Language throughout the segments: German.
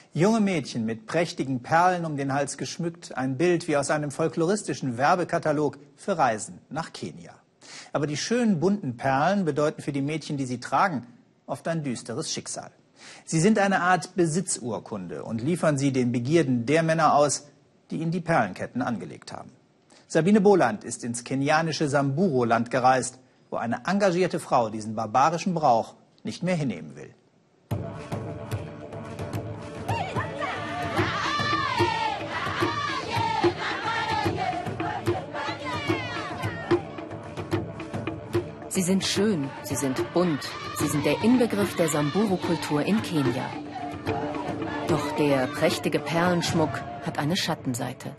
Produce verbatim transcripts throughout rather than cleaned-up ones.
Junge Mädchen mit prächtigen Perlen um den Hals geschmückt, ein Bild wie aus einem folkloristischen Werbekatalog für Reisen nach Kenia. Aber die schönen bunten Perlen bedeuten für die Mädchen, die sie tragen, oft ein düsteres Schicksal. Sie sind eine Art Besitzurkunde und liefern sie den Begierden der Männer aus, die ihnen die Perlenketten angelegt haben. Sabine Boland ist ins kenianische Samburu-Land gereist, wo eine engagierte Frau diesen barbarischen Brauch nicht mehr hinnehmen will. Sie sind schön, sie sind bunt, sie sind der Inbegriff der Samburu-Kultur in Kenia. Doch der prächtige Perlenschmuck hat eine Schattenseite.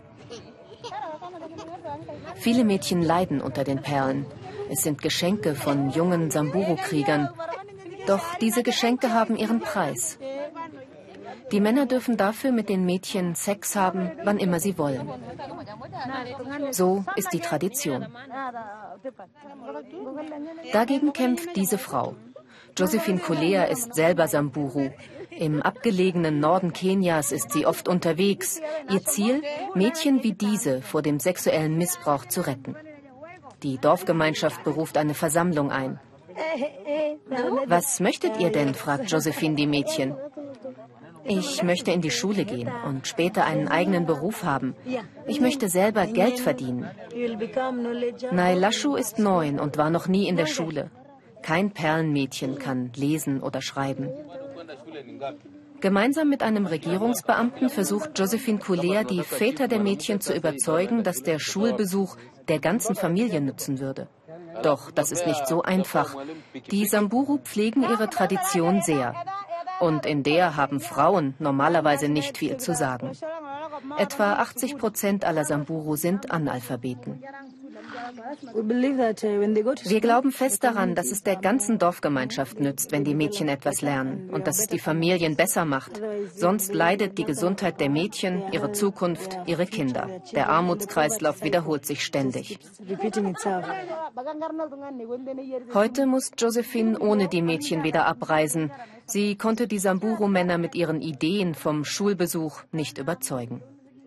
Viele Mädchen leiden unter den Perlen. Es sind Geschenke von jungen Samburu-Kriegern. Doch diese Geschenke haben ihren Preis. Die Männer dürfen dafür mit den Mädchen Sex haben, wann immer sie wollen. So ist die Tradition. Dagegen kämpft diese Frau. Josephine Kulea ist selber Samburu. Im abgelegenen Norden Kenias ist sie oft unterwegs. Ihr Ziel, Mädchen wie diese vor dem sexuellen Missbrauch zu retten. Die Dorfgemeinschaft beruft eine Versammlung ein. Was möchtet ihr denn, fragt Josephine die Mädchen. Ich möchte in die Schule gehen und später einen eigenen Beruf haben. Ich möchte selber Geld verdienen. Nailashu ist neun und war noch nie in der Schule. Kein Perlenmädchen kann lesen oder schreiben. Gemeinsam mit einem Regierungsbeamten versucht Josephine Kulea, die Väter der Mädchen zu überzeugen, dass der Schulbesuch der ganzen Familie nützen würde. Doch das ist nicht so einfach. Die Samburu pflegen ihre Tradition sehr. Und in der haben Frauen normalerweise nicht viel zu sagen. Etwa achtzig Prozent aller Samburu sind Analphabeten. Wir glauben fest daran, dass es der ganzen Dorfgemeinschaft nützt, wenn die Mädchen etwas lernen und dass es die Familien besser macht. Sonst leidet die Gesundheit der Mädchen, ihre Zukunft, ihre Kinder. Der Armutskreislauf wiederholt sich ständig. Heute muss Josephine ohne die Mädchen wieder abreisen. Sie konnte die Samburu-Männer mit ihren Ideen vom Schulbesuch nicht überzeugen.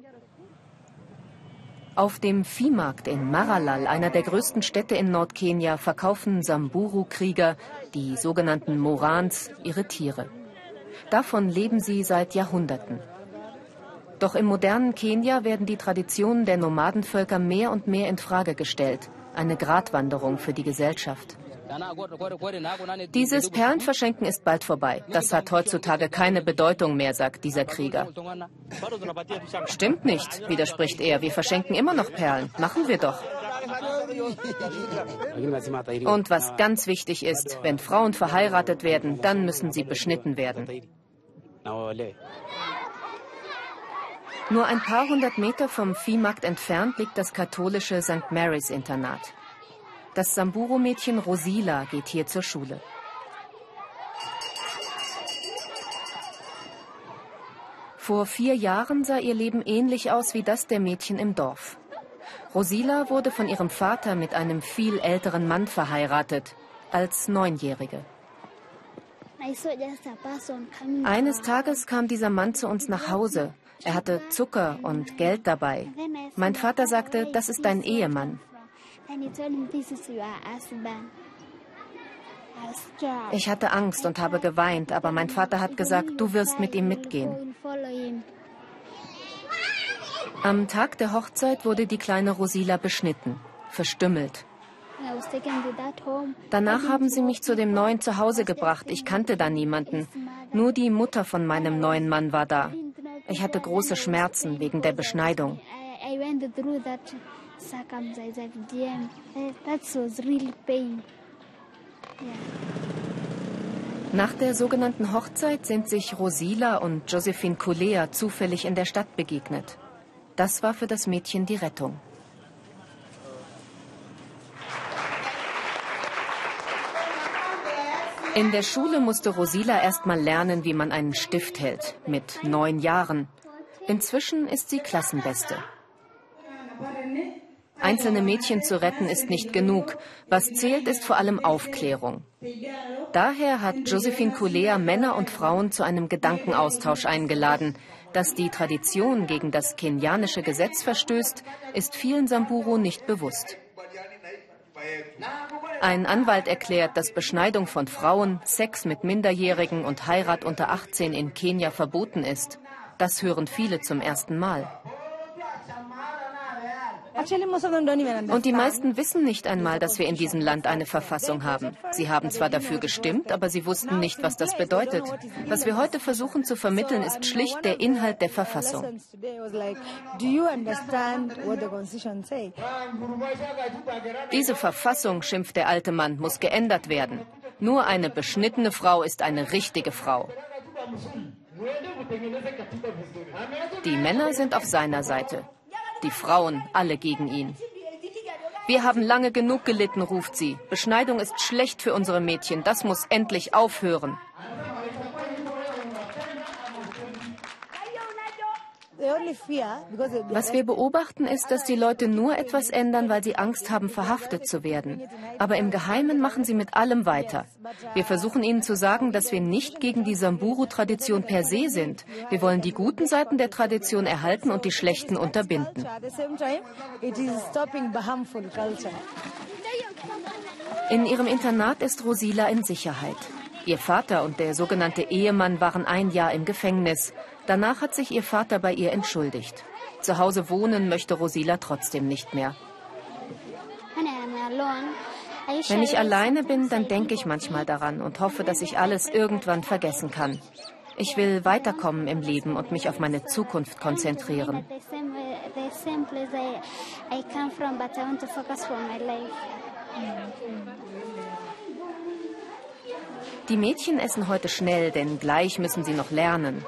Auf dem Viehmarkt in Maralal, einer der größten Städte in Nordkenia, verkaufen Samburu-Krieger, die sogenannten Morans, ihre Tiere. Davon leben sie seit Jahrhunderten. Doch im modernen Kenia werden die Traditionen der Nomadenvölker mehr und mehr in Frage gestellt. Eine Gratwanderung für die Gesellschaft. Dieses Perlenverschenken ist bald vorbei. Das hat heutzutage keine Bedeutung mehr, sagt dieser Krieger. Stimmt nicht, widerspricht er. Wir verschenken immer noch Perlen. Machen wir doch. Und was ganz wichtig ist, wenn Frauen verheiratet werden, dann müssen sie beschnitten werden. Nur ein paar hundert Meter vom Viehmarkt entfernt liegt das katholische Sankt Mary's Internat. Das Samburu-Mädchen Rosila geht hier zur Schule. Vor vier Jahren sah ihr Leben ähnlich aus wie das der Mädchen im Dorf. Rosila wurde von ihrem Vater mit einem viel älteren Mann verheiratet, als Neunjährige. Eines Tages kam dieser Mann zu uns nach Hause. Er hatte Zucker und Geld dabei. Mein Vater sagte, das ist dein Ehemann. Ich hatte Angst und habe geweint, aber mein Vater hat gesagt, du wirst mit ihm mitgehen. Am Tag der Hochzeit wurde die kleine Rosila beschnitten, verstümmelt. Danach haben sie mich zu dem neuen Zuhause gebracht. Ich kannte da niemanden. Nur die Mutter von meinem neuen Mann war da. Ich hatte große Schmerzen wegen der Beschneidung. Nach der sogenannten Hochzeit sind sich Rosila und Josephine Kulea zufällig in der Stadt begegnet. Das war für das Mädchen die Rettung. In der Schule musste Rosila erst mal lernen, wie man einen Stift hält, mit neun Jahren. Inzwischen ist sie Klassenbeste. Einzelne Mädchen zu retten ist nicht genug. Was zählt, ist vor allem Aufklärung. Daher hat Josephine Kulea Männer und Frauen zu einem Gedankenaustausch eingeladen. Dass die Tradition gegen das kenianische Gesetz verstößt, ist vielen Samburu nicht bewusst. Ein Anwalt erklärt, dass Beschneidung von Frauen, Sex mit Minderjährigen und Heirat unter achtzehn in Kenia verboten ist. Das hören viele zum ersten Mal. Und die meisten wissen nicht einmal, dass wir in diesem Land eine Verfassung haben. Sie haben zwar dafür gestimmt, aber sie wussten nicht, was das bedeutet. Was wir heute versuchen zu vermitteln, ist schlicht der Inhalt der Verfassung. Diese Verfassung, schimpft der alte Mann, muss geändert werden. Nur eine beschnittene Frau ist eine richtige Frau. Die Männer sind auf seiner Seite. Die Frauen alle gegen ihn. Wir haben lange genug gelitten, ruft sie. Beschneidung ist schlecht für unsere Mädchen. Das muss endlich aufhören. Was wir beobachten, ist, dass die Leute nur etwas ändern, weil sie Angst haben, verhaftet zu werden. Aber im Geheimen machen sie mit allem weiter. Wir versuchen ihnen zu sagen, dass wir nicht gegen die Samburu-Tradition per se sind. Wir wollen die guten Seiten der Tradition erhalten und die schlechten unterbinden. In ihrem Internat ist Rosila in Sicherheit. Ihr Vater und der sogenannte Ehemann waren ein Jahr im Gefängnis. Danach hat sich ihr Vater bei ihr entschuldigt. Zu Hause wohnen möchte Rosila trotzdem nicht mehr. Wenn ich alleine bin, dann denke ich manchmal daran und hoffe, dass ich alles irgendwann vergessen kann. Ich will weiterkommen im Leben und mich auf meine Zukunft konzentrieren. Die Mädchen essen heute schnell, denn gleich müssen sie noch lernen.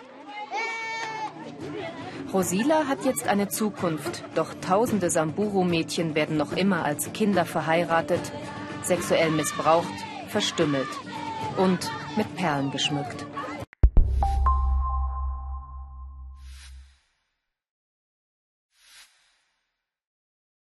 Rosila hat jetzt eine Zukunft, doch tausende Samburu-Mädchen werden noch immer als Kinder verheiratet, sexuell missbraucht, verstümmelt und mit Perlen geschmückt.